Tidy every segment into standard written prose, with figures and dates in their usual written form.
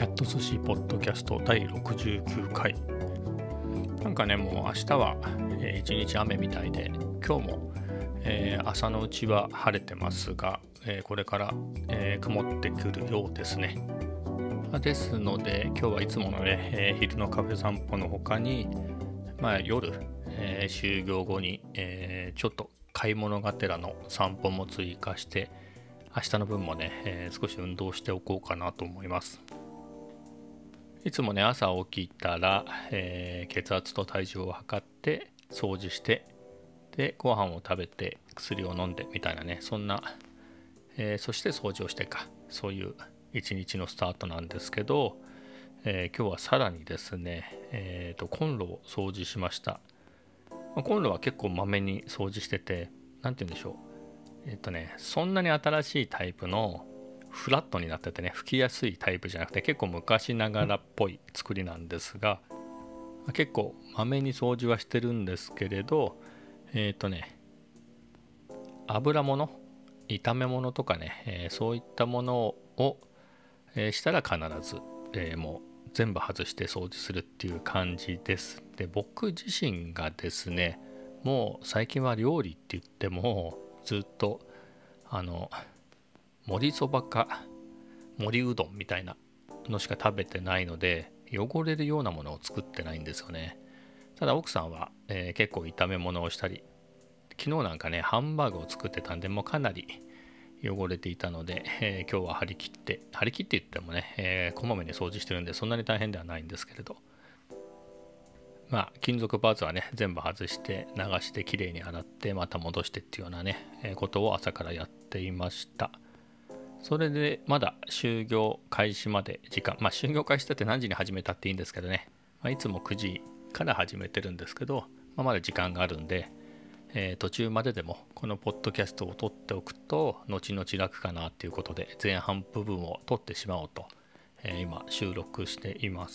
キャット寿司ポッドキャスト第69回。なんかね、もう明日は一日雨みたいで、今日も朝のうちは晴れてますが、これから曇ってくるようですね。ですので今日はいつものね、昼のカフェ散歩の他に、夜、就業後に、ちょっと買い物がてらの散歩も追加して明日の分もね、少し運動しておこうかなと思います。いつもね、朝起きたら、血圧と体重を測って掃除して、でご飯を食べて薬を飲んでみたいなね、そんな、そして掃除をしてか、そういう一日のスタートなんですけど、今日はさらにですね、コンロを掃除しました。コンロは結構まめに掃除してて、なんて言うんでしょう、そんなに新しいタイプのフラットになっててね、拭きやすいタイプじゃなくて、結構昔ながらっぽい作りなんですが、結構まめに掃除はしてるんですけれど、油物、炒め物とかね、そういったものを、したら必ず、もう全部外して掃除するっていう感じです。で、僕自身がですね、もう最近は料理って言ってもずっと盛りそばか盛りうどんみたいなのしか食べてないので、汚れるようなものを作ってないんですよね。ただ奥さんは、結構炒め物をしたり、昨日なんかねハンバーグを作ってたんで、もうかなり汚れていたので、今日は張り切って言ってもね、こまめに掃除してるんでそんなに大変ではないんですけれど、金属パーツはね全部外して流してきれいに洗ってまた戻してっていうようなね、ことを朝からやっていました。それでまだ就業開始まで時間、就業開始だって何時に始めたっていいんですけどね、いつも9時から始めてるんですけど、まだ時間があるんで、途中まででもこのポッドキャストを撮っておくと後々楽かなっていうことで、前半部分を撮ってしまおうと、今収録しています。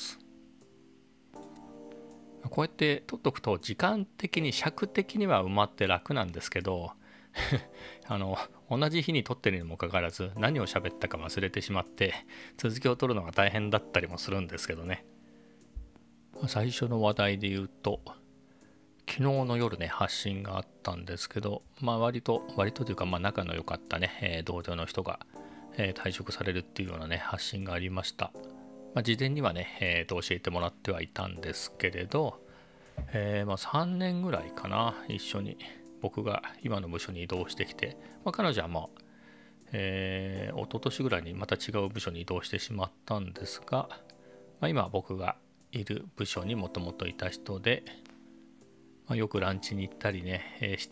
こうやって撮っとくと時間的に尺的には埋まって楽なんですけど同じ日に撮ってるにもかかわらず何を喋ったか忘れてしまって続きを撮るのが大変だったりもするんですけどね。最初の話題で言うと、昨日の夜ね発信があったんですけど、割とというか、仲の良かったね、同僚の人が、退職されるっていうようなね発信がありました。事前にはね、教えてもらってはいたんですけれど、3年ぐらいかな、一緒に僕が今の部署に移動してきて、彼女は一昨年ぐらいにまた違う部署に移動してしまったんですが、今僕がいる部署にもともといた人で、よくランチに行ったりね、して、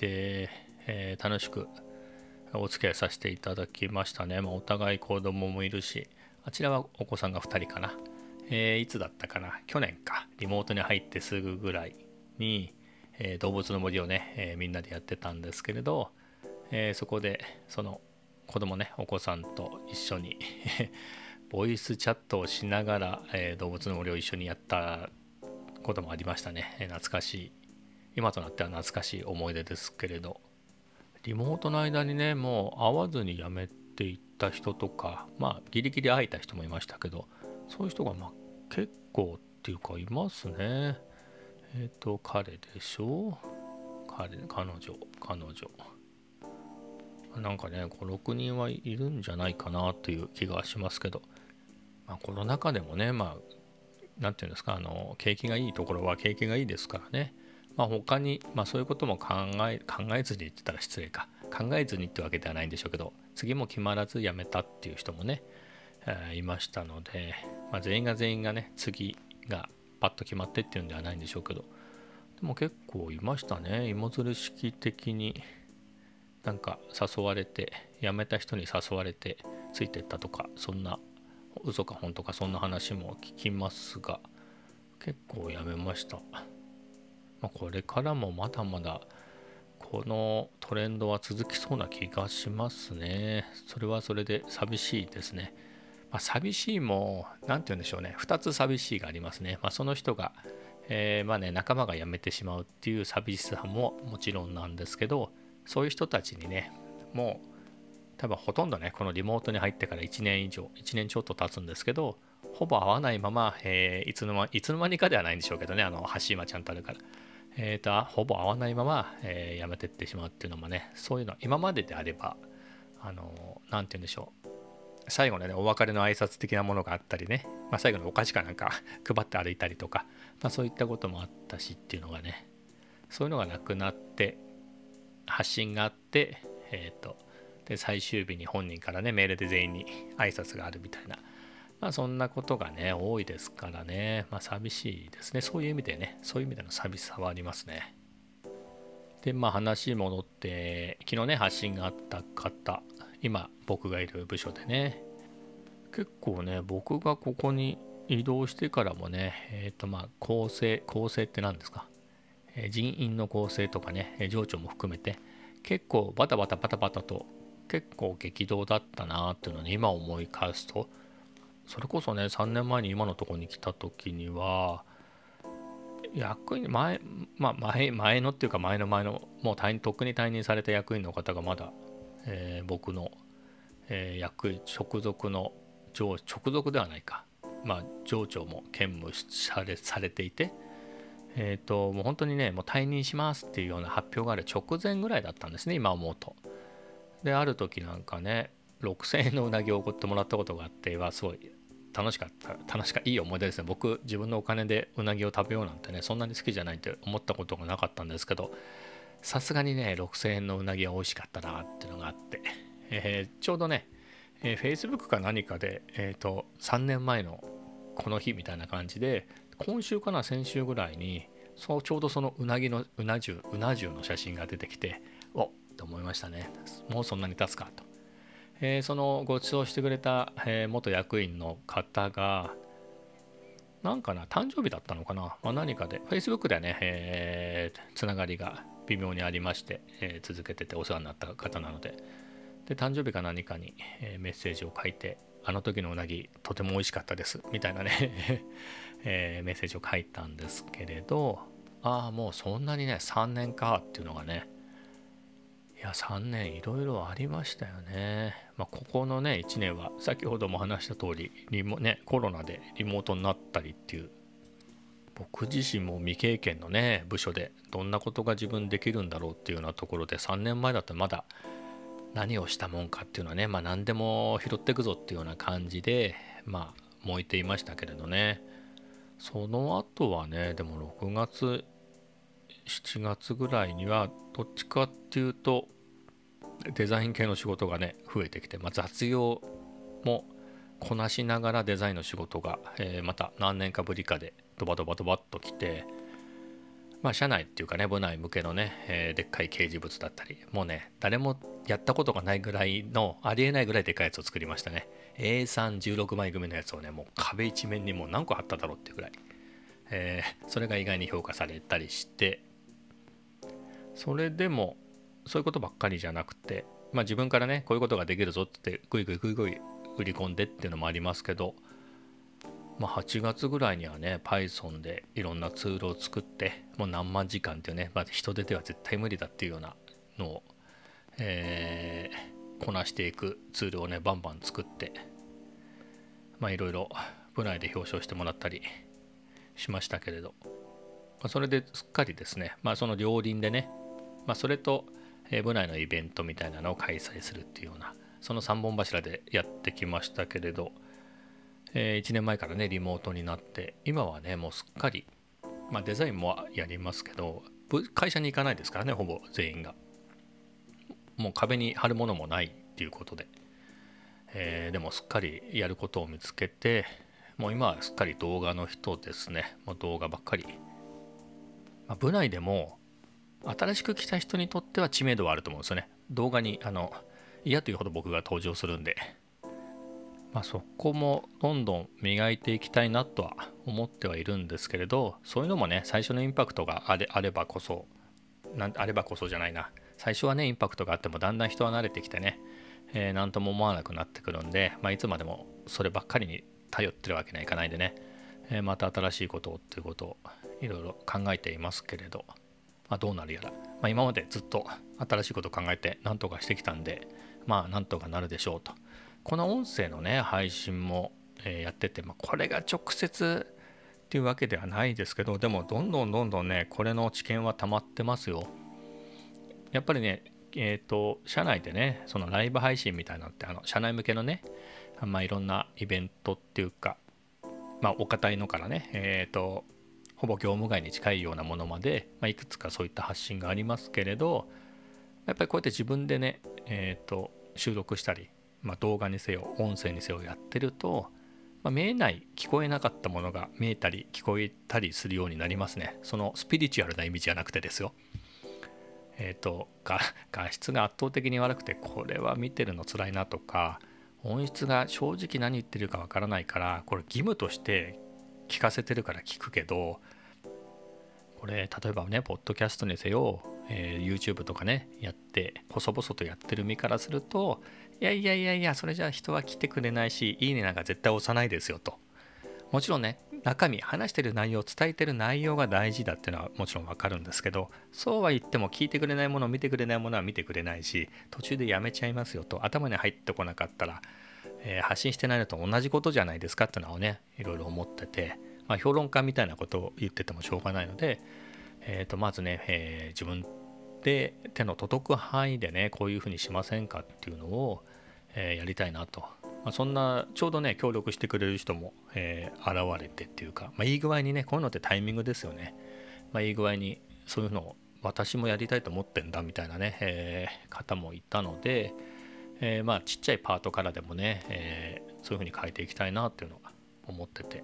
楽しくお付き合いさせていただきましたね。お互い子供もいるし、あちらはお子さんが2人かな。いつだったかな、去年か、リモートに入ってすぐぐらいに、動物の森をね、みんなでやってたんですけれど、そこでその子供ね、お子さんと一緒にボイスチャットをしながら、動物の森を一緒にやったこともありましたね。懐かしい、今となっては懐かしい思い出ですけれど、リモートの間にねもう会わずに辞めていった人とか、ギリギリ会えた人もいましたけど、そういう人が結構っていうかいますね。彼でしょ、彼女なんかね5、6人はいるんじゃないかなという気がしますけど、この中でもね、なんていうんですか、景気がいいところは景気がいいですからね。他に、そういうことも考えずに言ってたら失礼か、考えずにってわけではないんでしょうけど、次も決まらず辞めたっていう人もね、いましたので、全員がね次がパッと決まってっていうんではないんでしょうけど、でも結構いましたね。芋づる式的になんか誘われて、辞めた人に誘われてついてったとか、そんな嘘か本当かそんな話も聞きますが、結構辞めました。これからもまだまだこのトレンドは続きそうな気がしますね。それはそれで寂しいですね。寂しいも何て言うんでしょうね、2つ寂しいがありますね。その人が、仲間が辞めてしまうっていう寂しさももちろんなんですけど、そういう人たちにね、もう多分ほとんどねこのリモートに入ってから1年ちょっと経つんですけど、 ほぼ合わないまま、いつの間にかではないんでしょうけどね、発信はちゃんとあるから。ほぼ合わないまま、やめてってしまうっていうのもね、そういうのは今までであれば、なんて言うんでしょう。最後のね、お別れの挨拶的なものがあったりね、最後のお菓子かなんか配って歩いたりとか、そういったこともあったしっていうのがね、そういうのがなくなって、発信があって、で最終日に本人からねメールで全員に挨拶があるみたいな、そんなことがね多いですからね、寂しいですね。そういう意味でね、そういう意味での寂しさはありますね。で話戻って、昨日ね発信があった方、今僕がいる部署でね、結構ね僕がここに移動してからもね、構成って何ですか、人員の構成とかね、情緒も含めて結構バタバタバタバタと結構激動だったなっていうのに今思い返すと、それこそね3年前に今のところに来た時には役員前のっていうか前の前のもうとっくに退任された役員の方がまだ、僕の、役員直属の直属ではないか、上長も兼務されていて、もう本当にねもう退任しますっていうような発表がある直前ぐらいだったんですね、今思うと。である時なんかね6000円のうなぎをおごってもらったことがあってはすごいいい思い出ですね。僕自分のお金でうなぎを食べようなんてねそんなに好きじゃないって思ったことがなかったんですけど、さすがにね6000円のうなぎは美味しかったなっていうのがあって、ちょうどね、Facebook か何かで、3年前のこの日みたいな感じで、今週かな先週ぐらいにちょうどそのうな重の写真が出てきて、おっと思いましたね。もうそんなに経つかと。そのご馳走してくれた、元役員の方がなんかな誕生日だったのかな、何かで Facebook ではね、つながりが微妙にありまして、続けててお世話になった方なので、誕生日か何かに、メッセージを書いて、あの時のうなぎとても美味しかったですみたいなねメッセージを書いたんですけれど、もうそんなにね3年かっていうのがね、いや3年いろいろありましたよね。ここのね1年は先ほども話した通りコロナでリモートになったりっていう、僕自身も未経験のね部署でどんなことが自分できるんだろうっていうようなところで、3年前だとまだ何をしたもんかっていうのはね、何でも拾っていくぞっていうような感じで燃えていましたけれどね。その後はねでも6月7月ぐらいにはどっちかっていうとデザイン系の仕事がね増えてきて、雑用もこなしながらデザインの仕事が、また何年かぶりかでドバドバドバっときて、社内っていうかね部内向けのね、でっかい掲示物だったり、もうね誰もやったことがないぐらいのありえないぐらいでかいやつを作りましたね。 A316 枚組のやつをねもう壁一面にもう何個貼っただろうっていうぐらい、それが意外に評価されたりして、それでもそういうことばっかりじゃなくて、自分からねこういうことができるぞってグイグイグイグイ売り込んでっていうのもありますけど、8月ぐらいにはね Python でいろんなツールを作って、もう何万時間っていうね、人手では絶対無理だっていうようなのを、こなしていくツールをねバンバン作って、いろいろ部内で表彰してもらったりしましたけれど、それですっかりですね、その両輪でね、それと部内のイベントみたいなのを開催するっていうような、その3本柱でやってきましたけれど、1年前からねリモートになって、今はねもうすっかり、デザインもやりますけど会社に行かないですからね、ほぼ全員が。もう壁に貼るものもないっていうことで、でもすっかりやることを見つけて、もう今はすっかり動画の人ですね。もう動画ばっかり、部内でも新しく来た人にとっては知名度はあると思うんですよね。動画に嫌というほど僕が登場するんで、そこもどんどん磨いていきたいなとは思ってはいるんですけれど、そういうのもね最初のインパクトがあればこそじゃないな、最初はねインパクトがあってもだんだん人は慣れてきてね、何とも思わなくなってくるんで、いつまでもそればっかりに頼ってるわけにはいかないんでね、また新しいことをっていうことをいろいろ考えていますけれど、どうなるやら、今までずっと新しいことを考えて何とかしてきたんで、なんとかなるでしょうと。この音声のね配信もやってて、これが直接っていうわけではないですけど、でもどんどんねこれの知見は溜まってますよ。やっぱりね社内でねそのライブ配信みたいなのって社内向けのねいろんなイベントっていうかお堅いのからねほぼ業務外に近いようなものまで、いくつかそういった発信がありますけれど、やっぱりこうやって自分でね、収録したり、動画にせよ音声にせよやってると、見えない聞こえなかったものが見えたり聞こえたりするようになりますね。そのスピリチュアルな意味じゃなくてですよ。画質が圧倒的に悪くてこれは見てるの辛いなとか、音質が正直何言ってるかわからないからこれ義務として聞かせてるから聞くけど、これ例えばねポッドキャストにせよ、YouTube とかねやって細々とやってる身からすると、いやそれじゃあ人は来てくれないしいいねなんか絶対押さないですよと。もちろんね中身話してる内容伝えてる内容が大事だっていうのはもちろんわかるんですけど、そうは言っても聞いてくれないもの見てくれないものは見てくれないし、途中でやめちゃいますよと。頭に入ってこなかったら、発信してないのと同じことじゃないですかっていうのをねいろいろ思ってて、評論家みたいなことを言っててもしょうがないので、まずね、自分で手の届く範囲でねこういうふうにしませんかっていうのを、やりたいなと。そんなちょうどね協力してくれる人も、現れてっていうか、いい具合にねこういうのってタイミングですよね。いい具合にそういうのを私もやりたいと思ってんだみたいなね、方もいたので、ちっちゃいパートからでもね、そういうふうに変えていきたいなっていうのが思ってて、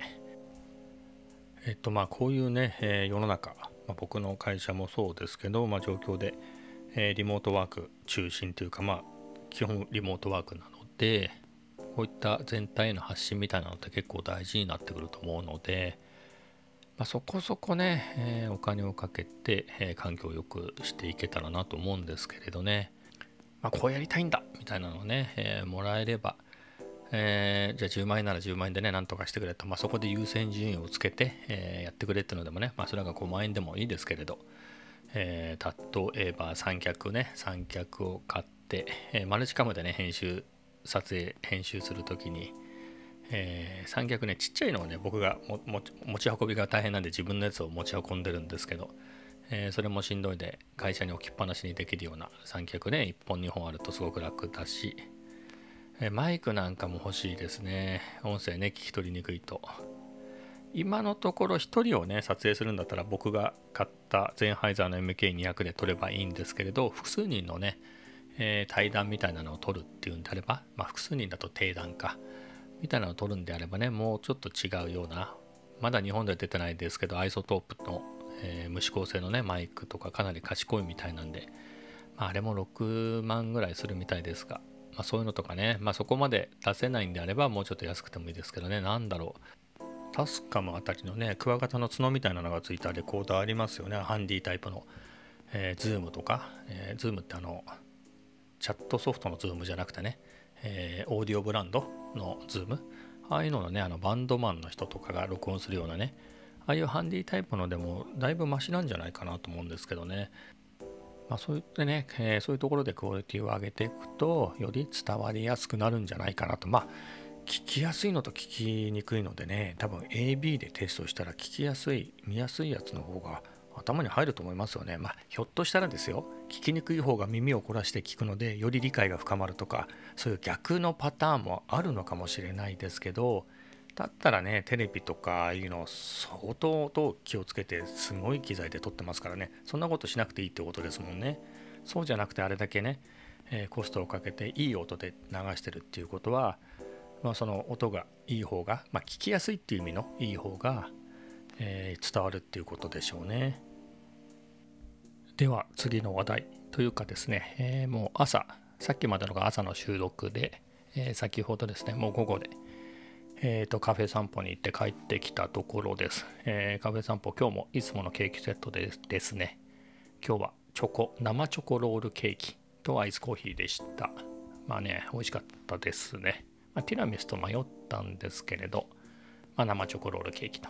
こういうね、世の中、僕の会社もそうですけど、状況で、リモートワーク中心というか、基本リモートワークなので、こういった全体への発信みたいなのって結構大事になってくると思うので、そこそこね、お金をかけて、環境を良くしていけたらなと思うんですけれどね、こうやりたいんだみたいなのをね、もらえれば、じゃあ10万円なら10万円でねなんとかしてくれと、そこで優先順位をつけて、やってくれっていうのでもね、それが5万円でもいいですけれど、例えば三脚を買って、マルチカムでね撮影編集するときに、三脚ねちっちゃいのをね僕が持ち運びが大変なんで自分のやつを持ち運んでるんですけど、それもしんどいで会社に置きっぱなしにできるような三脚ね1本2本あるとすごく楽だし、マイクなんかも欲しいですね。音声ね聞き取りにくいと。今のところ1人をね撮影するんだったら僕が買ったゼンハイザーの MK200 で撮ればいいんですけれど、複数人のね、対談みたいなのを撮るっていうんであれば、複数人だと定談かみたいなのを撮るんであればね、もうちょっと違うような、まだ日本では出てないですけどアイソトープの、無指向性のねマイクとかかなり賢いみたいなんで、あれも6万ぐらいするみたいですが、そういうのとかね、そこまで出せないんであればもうちょっと安くてもいいですけどね。なんだろう、タスカムあたりのねクワガタの角みたいなのがついたレコーダーありますよね。ハンディタイプの、ズームとか、ズームってチャットソフトのズームじゃなくてね、オーディオブランドのズーム、ああいうののねバンドマンの人とかが録音するようなね、ああいうハンディタイプのでもだいぶマシなんじゃないかなと思うんですけどね。そういってね、そういうところでクオリティを上げていくとより伝わりやすくなるんじゃないかなと。聞きやすいのと聞きにくいのでね、多分 AB でテストしたら聞きやすい見やすいやつの方が頭に入ると思いますよね。ひょっとしたらですよ、聞きにくい方が耳を凝らして聞くのでより理解が深まるとか、そういう逆のパターンもあるのかもしれないですけど、だったらねテレビとかいうのを相当と気をつけてすごい機材で撮ってますからね、そんなことしなくていいってことですもんね。そうじゃなくてあれだけね、コストをかけていい音で流してるっていうことは、その音がいい方が、聞きやすいっていう意味のいい方が、伝わるっていうことでしょうね。では次の話題というかですね、もうさっきまでのが朝の収録で、先ほどですねもう午後で、カフェ散歩に行って帰ってきたところです。カフェ散歩今日もいつものケーキセットでですね、今日は生チョコロールケーキとアイスコーヒーでした。美味しかったですね。ティラミスと迷ったんですけれど、生チョコロールケーキと。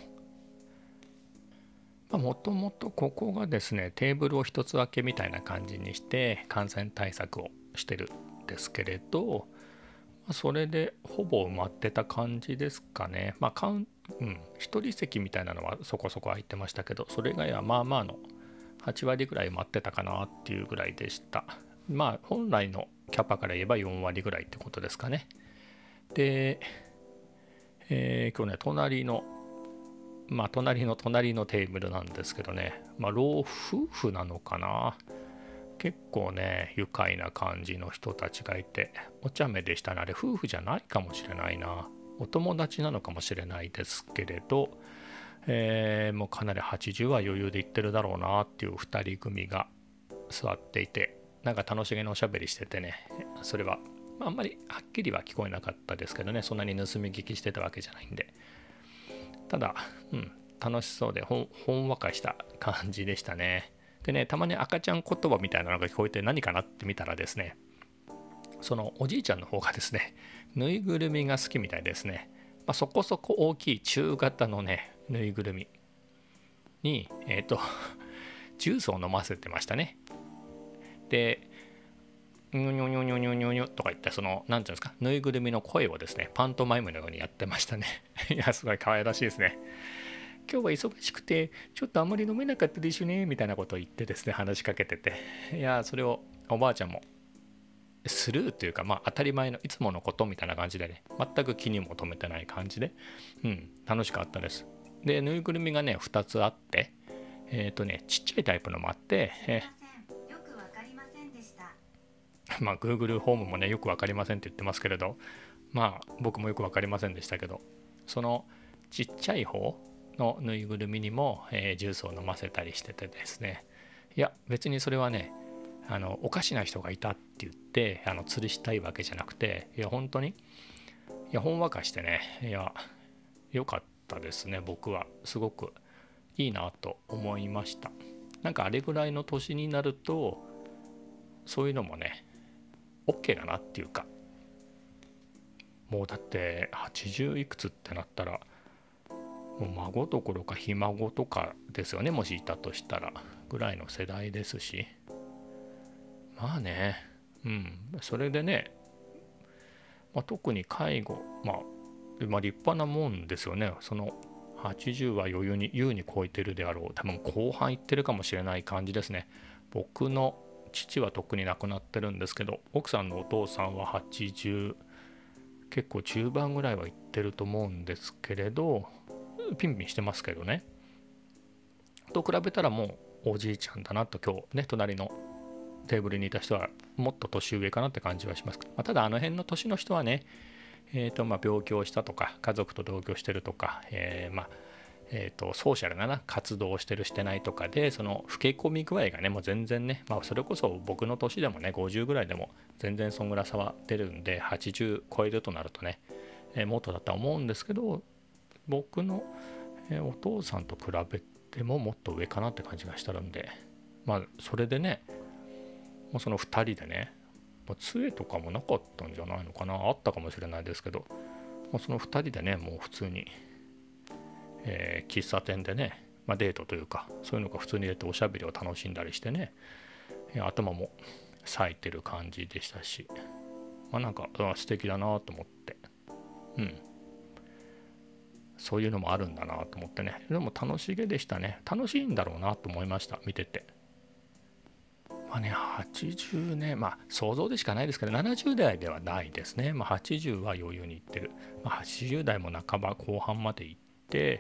もともとここがですねテーブルを一つ分けみたいな感じにして感染対策をしてるんですけれど、 それでほぼ埋まってた感じですかね。一人席みたいなのはそこそこ空いてましたけど、それ以外はまあまあの8割ぐらい埋まってたかなっていうぐらいでした。本来のキャパから言えば4割ぐらいってことですかね。で、今日ね、隣のテーブルなんですけどね、老夫婦なのかな。結構ね、愉快な感じの人たちがいて、お茶目でしたね。あれ、夫婦じゃないかもしれないな。お友達なのかもしれないですけれど、もうかなり80は余裕でいってるだろうなっていう2人組が座っていて、なんか楽しげにおしゃべりしててね、それは、あんまりはっきりは聞こえなかったですけどね、そんなに盗み聞きしてたわけじゃないんで。ただ、楽しそうでほんわかした感じでしたね。でね、たまに赤ちゃん言葉みたいなのが聞こえて何かなって見たらですね、そのおじいちゃんの方がですね、ぬいぐるみが好きみたいですね。そこそこ大きい中型のね、ぬいぐるみに、ジュースを飲ませてましたね。で、ニョニョニョニョニョニョニョとか言って、その、なんていうんですか、ぬいぐるみの声をですね、パントマイムのようにやってましたね。いや、すごい可愛らしいですね。今日は忙しくて、ちょっとあまり飲めなかったでしょね、みたいなことを言ってですね、話しかけてて。いや、それをおばあちゃんもスルーというか、当たり前のいつものことみたいな感じでね、全く気にも留めてない感じで、楽しかったです。で、ぬいぐるみがね、2つあって、ちっちゃいタイプのもあって、Google ホームもね、よく分かりませんって言ってますけれど、僕もよく分かりませんでしたけど、そのちっちゃい方のぬいぐるみにも、ジュースを飲ませたりしててですね、いや別にそれはね、おかしな人がいたって言って吊るしたいわけじゃなくて、いや本当に、いやほんわかしてね、いや良かったですね。僕はすごくいいなと思いました。なんかあれぐらいの年になるとそういうのもね OK だなっていうか、もうだって80いくつってなったらもう孫どころかひ孫とかですよね、もしいたとしたらぐらいの世代ですし、それでね、特に介護、立派なもんですよね。その80は余裕に優に超えてるであろう、多分後半いってるかもしれない感じですね。僕の父は特に亡くなってるんですけど、奥さんのお父さんは80結構中盤ぐらいはいってると思うんですけれど、ピンピンしてますけどね。と比べたらもうおじいちゃんだなと、今日ね隣のテーブルにいた人はもっと年上かなって感じはします。ただあの辺の年の人はね、病気をしたとか家族と同居してるとか、ソーシャルな活動をしてるしてないとかで、その老け込み具合がねもう全然ね、それこそ僕の年でもね50ぐらいでも全然そんぐらい差は出るんで、80超えるとなるとね、もっとだとは思うんですけど、僕の、お父さんと比べてももっと上かなって感じがしたんで、それでね、もうその2人でね、杖とかもなかったんじゃないのかな、あったかもしれないですけど、その2人でねもう普通に、喫茶店でね、デートというかそういうのが普通に出ておしゃべりを楽しんだりしてね、頭も冴えてる感じでしたし、なんか素敵だなと思って、そういうのもあるんだなと思ってね、でも楽しげでしたね。楽しいんだろうなと思いました、見てて。80ね、想像でしかないですけど、70代ではないですね。80は余裕にいってる。80代も半ば後半までいって、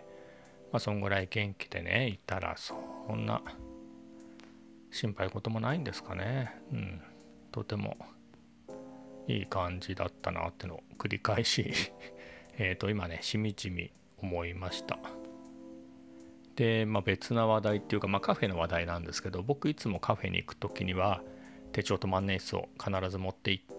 そんぐらい元気でねいたら、そんな心配事もないんですかね。とてもいい感じだったなってのを繰り返し今ねしみじみ思いました。で、別な話題っていうか、カフェの話題なんですけど、僕いつもカフェに行く時には手帳と万年筆を必ず持って行って、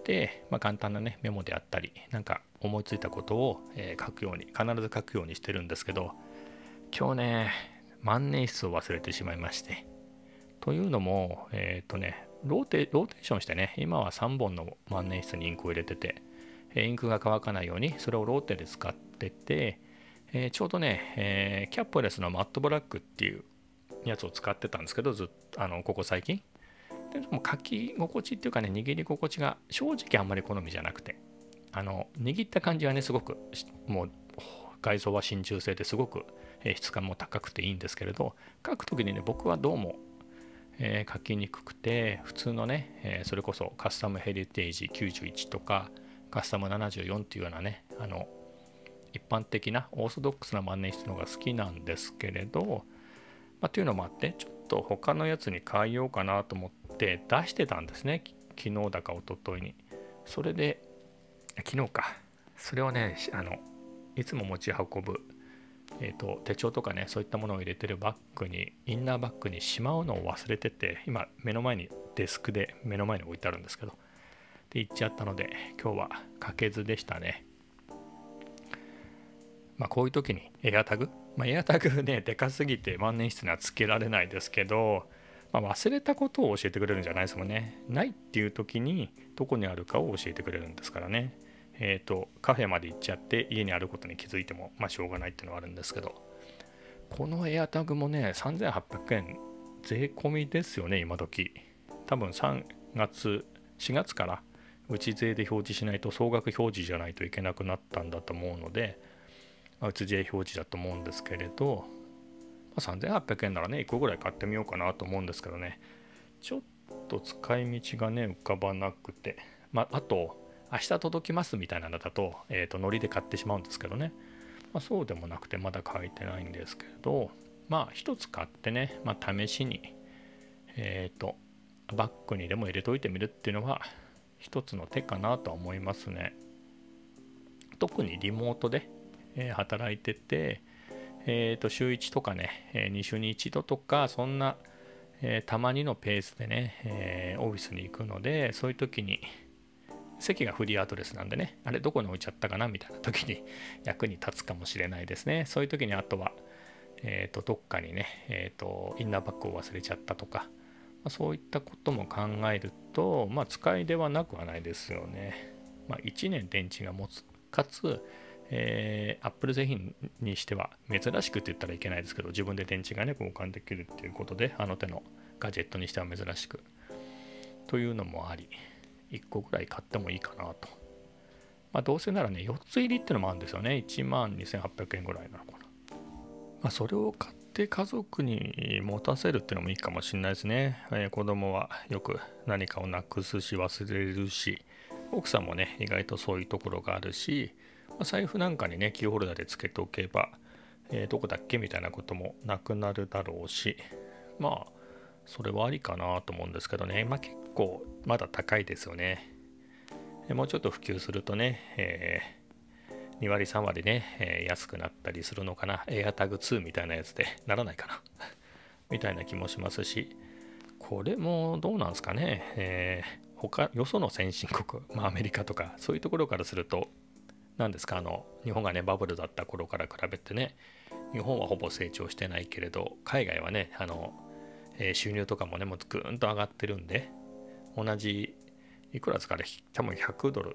簡単なねメモであったり、なんか思いついたことを、必ず書くようにしてるんですけど、今日ね万年筆を忘れてしまいまして、というのもローテーションしてね、今は3本の万年筆にインクを入れてて、インクが乾かないようにそれをローテで使ってて、ちょうどね、キャップレスのマットブラックっていうやつを使ってたんですけど、ずっとここ最近でも書き心地っていうかね、握り心地が正直あんまり好みじゃなくて、 握った感じはねすごくもう外装は真鍮製ですごく質感も高くていいんですけれど、書くときにね僕はどうも書きにくくて、普通のね、それこそカスタムヘリテージ91とかカスタム74っていうようなね一般的なオーソドックスな万年筆の方が好きなんですけれど、というのもあってちょっと他のやつに変えようかなと思って出してたんですね、昨日だか一昨日に。それで昨日か、それをねいつも持ち運ぶ、手帳とかねそういったものを入れてるバッグに、インナーバッグにしまうのを忘れてて、今目の前にデスクで目の前に置いてあるんですけど、で行っちゃったので今日は書けずでしたね。こういう時にエアタグ、エアタグねでかすぎて万年筆にはつけられないですけど、忘れたことを教えてくれるんじゃないですもんね。ないっていう時にどこにあるかを教えてくれるんですからね。カフェまで行っちゃって家にあることに気づいてもしょうがないっていうのはあるんですけど、このエアタグもね3800円税込みですよね今時。多分4月から内税で表示しないと総額表示じゃないといけなくなったんだと思うので、内税表示だと思うんですけれど、3800円ならね1個ぐらい買ってみようかなと思うんですけどね、ちょっと使い道がね浮かばなくて、あと明日届きますみたいなのだと、ノリで買ってしまうんですけどね、そうでもなくてまだ書いてないんですけど、一つ買ってね、試しにバッグにでも入れといてみるっていうのは一つの手かなとは思いますね。特にリモートで働いてて、週1とかね、2週に1度とかそんな、たまにのペースでね、オフィスに行くので、そういう時に席がフリーアドレスなんでね、あれどこに置いちゃったかなみたいな時に役に立つかもしれないですね。そういう時にあとは、どっかにね、インナーバッグを忘れちゃったとか、そういったことも考えると、使いではなくはないですよね。1年電池が持つ、かつApple 製品にしては珍しくって言ったらいけないですけど、自分で電池がね交換できるっていうことで、あの手のガジェットにしては珍しくというのもあり、1個ぐらい買ってもいいかなと。どうせならね4つ入りってのもあるんですよね。12,800円ぐらいなのかな。それを買って家族に持たせるっていうのもいいかもしれないですね。子供はよく何かをなくすし忘れるし、奥さんもね意外とそういうところがあるし、財布なんかにねキーホルダーでつけておけば、どこだっけみたいなこともなくなるだろうし、それはありかなと思うんですけどね。結構まだ高いですよね。もうちょっと普及するとね、2割3割ね、安くなったりするのかな。AirTag 2みたいなやつでならないかなみたいな気もしますし、これもどうなんですかね。よその先進国、アメリカとかそういうところからすると、何ですか、日本がねバブルだった頃から比べてね、日本はほぼ成長してないけれど、海外はね収入とかもねもうぐーんと上がってるんで、同じいくらですかね、多分100ドル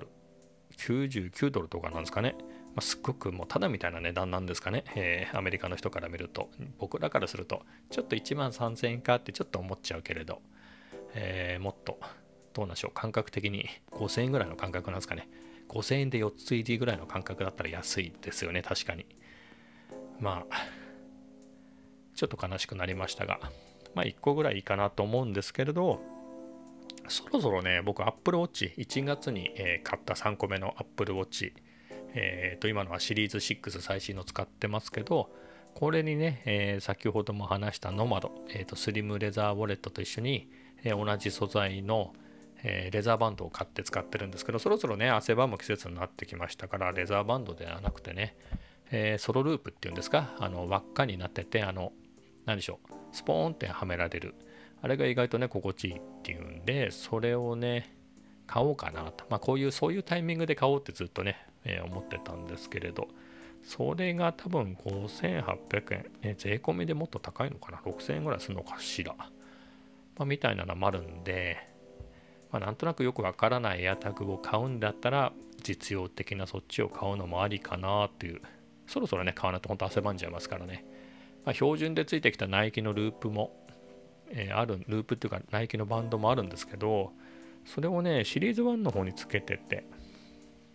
99ドルとかなんですかね。すっごくもうただみたいな値段なんですかね。アメリカの人から見ると、僕らからするとちょっと1万3000円かってちょっと思っちゃうけれど、もっとどうなんでしょう、感覚的に5000円ぐらいの感覚なんですかね。5000円で4つ入りぐらいの感覚だったら安いですよね、確かに。ちょっと悲しくなりましたが、1個ぐらいいいかなと思うんですけれど、そろそろね、僕 Apple Watch 1月に買った3個目の Apple Watch、今のはシリーズ6最新の使ってますけど、これにね、先ほども話したノマド、スリムレザーウォレットと一緒に、同じ素材のレザーバンドを買って使ってるんですけど、そろそろね汗ばむ季節になってきましたから、レザーバンドではなくてね、ソロループっていうんですか、輪っかになってて、何でしょう、スポーンってはめられる、あれが意外とね心地いいっていうんで、それをね買おうかなと、そういうタイミングで買おうってずっとね、思ってたんですけれど、それが多分5800円、税込みでもっと高いのかな、6000円ぐらいするのかしら、みたいなのもあるんで、なんとなくよくわからないエアタグを買うんだったら実用的なそっちを買うのもありかなっていう。そろそろね買わないと本当汗ばんじゃいますからね。標準でついてきたナイキのループも、ループっていうかナイキのバンドもあるんですけど、それをねシリーズ1の方につけてて、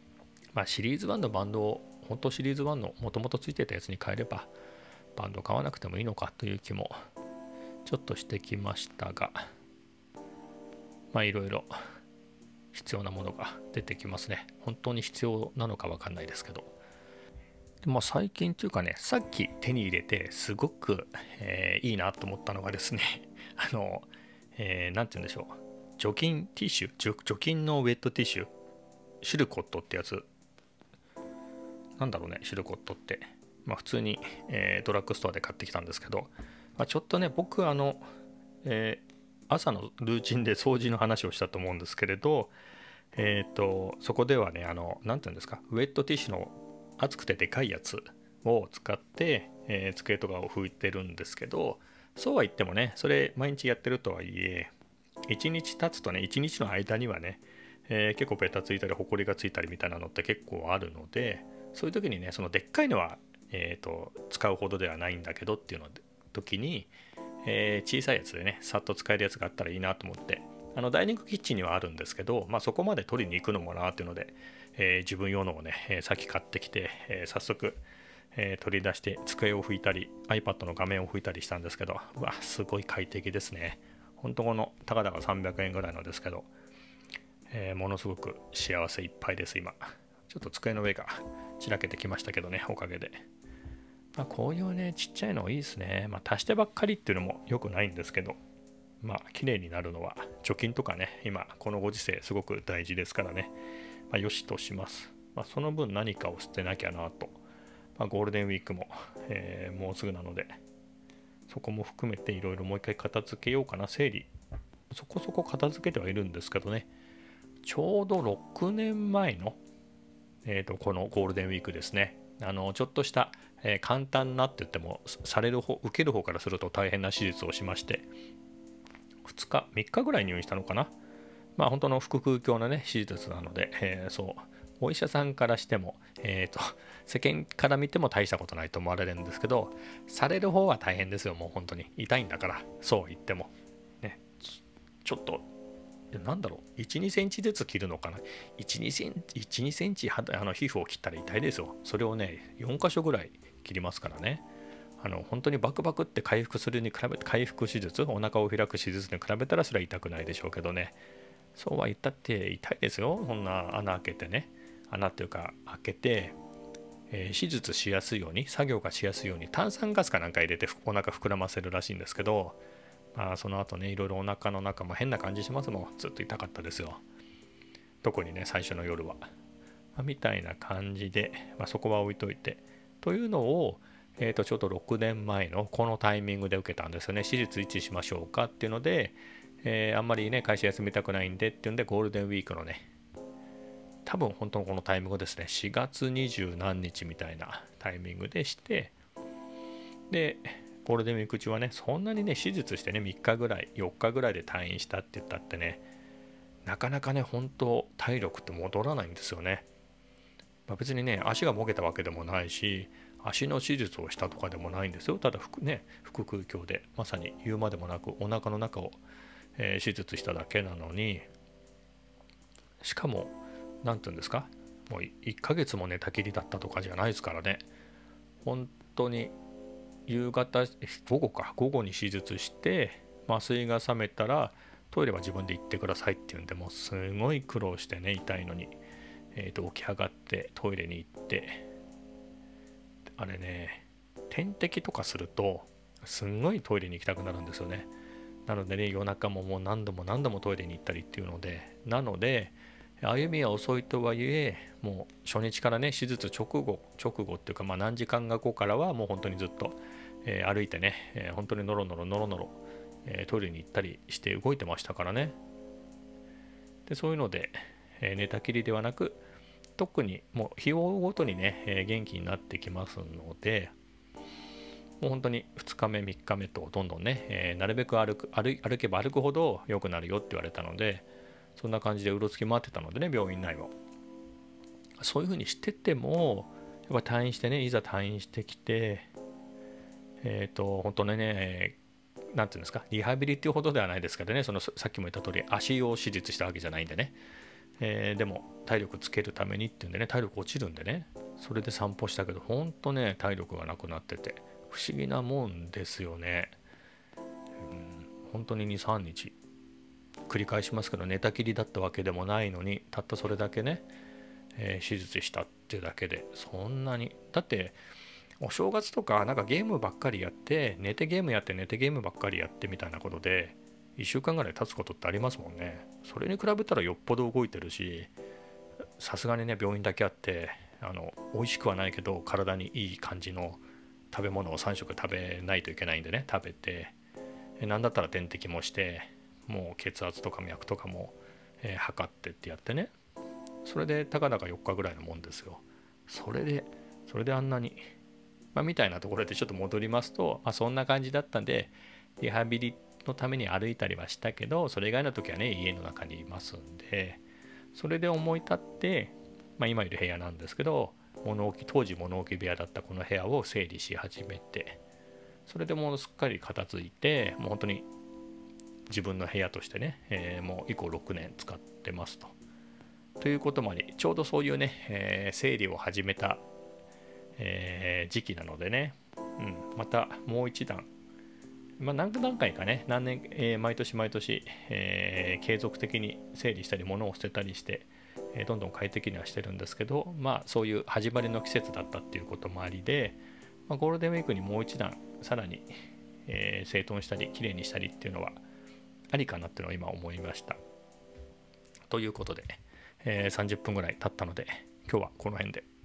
シリーズ1のバンドを本当シリーズ1のもともとついてたやつに変えればバンド買わなくてもいいのかという気もちょっとしてきましたが、いろいろ必要なものが出てきますね。本当に必要なのか分かんないですけど、最近というかね、さっき手に入れてすごく、いいなと思ったのがですねなんて言うんでしょう、除菌ティッシュ、除菌のウェットティッシュ、シルコットってやつ、なんだろうね、シルコットって、普通に、ドラッグストアで買ってきたんですけど、ちょっとね、僕朝のルーチンで掃除の話をしたと思うんですけれど、そこではね、なんていうんですか、ウェットティッシュの厚くてでかいやつを使って、机とかを拭いてるんですけど、そうは言ってもね、それ毎日やってるとはいえ、1日経つとね、1日の間にはね、結構ベタついたりホコリがついたりみたいなのって結構あるので、そういう時にね、そのでっかいのは、使うほどではないんだけどっていうの時に、小さいやつでねさっと使えるやつがあったらいいなと思って、ダイニングキッチンにはあるんですけど、そこまで取りに行くのもなっていうので、自分用のをね、さっき買ってきて、早速、取り出して机を拭いたり iPad の画面を拭いたりしたんですけど、すごい快適ですね。本当このたかだか300円ぐらいのですけど、ものすごく幸せいっぱいです今。ちょっと机の上が散らけてきましたけどね、おかげで。こういうねちっちゃいのいいですね。足してばっかりっていうのも良くないんですけど、綺麗になるのは貯金とかね、今このご時世すごく大事ですからね、よしとします。その分何かを捨てなきゃなと、ゴールデンウィークも、もうすぐなので、そこも含めていろいろもう一回片付けようかな。整理そこそこ片付けてはいるんですけどね、ちょうど6年前の、このゴールデンウィークですね、ちょっとした、簡単なって言っても受ける方からすると大変な手術をしまして、2日3日ぐらい入院したのかな。本当の腹腔鏡のね手術なので、そうお医者さんからしても、世間から見ても大したことないと思われるんですけど、される方は大変ですよ。もう本当に痛いんだから、そう言ってもね、ちょっとなんだろう、1、2センチずつ切るのかな。1、2センチ、1、2センチ皮膚を切ったら痛いですよ。それをね、4箇所ぐらい切りますからね。本当にバクバクって回復するに比べて、回復手術、お腹を開く手術に比べたらそれは痛くないでしょうけどね。そうは言ったって痛いですよ。そんな穴開けてね、穴っていうか開けて、手術しやすいように、作業がしやすいように炭酸ガスかなんか入れてお腹膨らませるらしいんですけど、その後ね、いろいろお腹の中も変な感じしますもん。ずっと痛かったですよ。特にね、最初の夜は。みたいな感じで、そこは置いといて。というのを、ちょうど6年前のこのタイミングで受けたんですよね。手術いつしましょうかっていうので、あんまりね、会社休みたくないんでっていうんで、ゴールデンウィークのね、多分本当のこのタイミングですね、4月20何日みたいなタイミングでして、で、ゴールデンウィーク中はね、そんなにね、手術してね、3日ぐらい、4日ぐらいで退院したって言ったってね、なかなかね、本当体力って戻らないんですよね。別にね、足がもげたわけでもないし、足の手術をしたとかでもないんですよ。ただ腹腔鏡でまさに言うまでもなくお腹の中を、手術しただけなのに、しかも何て言うんですか、もう1ヶ月も寝たきりだったとかじゃないですからね。本当に午後に手術して、麻酔が覚めたらトイレは自分で行ってくださいっていうんで、もうすごい苦労してね、痛いのに、起き上がってトイレに行って、あれね、点滴とかするとすんごいトイレに行きたくなるんですよね。なのでね、夜中ももう何度も何度もトイレに行ったりっていうので、歩みは遅いとはいえ、もう初日からね、手術直後っていうか、何時間か後からはもう本当にずっと、歩いてね、本当にノロノロ、トイレに行ったりして動いてましたからね。でそういうので、寝たきりではなく、特にもう日を追うごとにね、元気になってきますので、もう本当に2日目3日目とどんどんね、なるべく歩けば歩くほど良くなるよって言われたので、そんな感じでうろつき回ってたのでね、病院内を。そういう風にしてても、やっぱ退院してね、いざ退院してきて、本当ね、なんていうんですか、リハビリっていうほどではないですけどね、さっきも言った通り足を手術したわけじゃないんでね、 でも体力つけるためにっていうんでね、体力落ちるんでね、それで散歩したけど、ほんとね体力がなくなってて不思議なもんですよね。本当に2、3日繰り返しますけど、寝たきりだったわけでもないのに、たったそれだけね、手術したっていうだけでそんなに。だってお正月とかなんかゲームばっかりやって、寝てゲームやって寝てゲームばっかりやってみたいなことで1週間ぐらい経つことってありますもんね。それに比べたらよっぽど動いてるし、さすがにね病院だけあって美味しくはないけど体にいい感じの食べ物を3食食べないといけないんでね、食べて、なんだったら点滴もして、もう血圧とか脈とかも、測ってってやってね、それでたかだか4日ぐらいのもんですよ。それであんなに、みたいなところでちょっと戻りますと、そんな感じだったんで、リハビリのために歩いたりはしたけど、それ以外の時はね家の中にいますんで、それで思い立って、今いる部屋なんですけど、当時物置部屋だったこの部屋を整理し始めて、それでもうすっかり片付いて、もう本当に自分の部屋としてね、もう以降6年使ってますということもあり、ちょうどそういうね、整理を始めた、時期なのでね、またもう一段、何回かね、毎年毎年、継続的に整理したり物を捨てたりして、どんどん快適にはしてるんですけど、そういう始まりの季節だったっていうこともありで、ゴールデンウィークにもう一段さらに、整頓したりきれいにしたりっていうのはありかなっていうのを今思いました。ということで、30分ぐらい経ったので今日はこの辺で。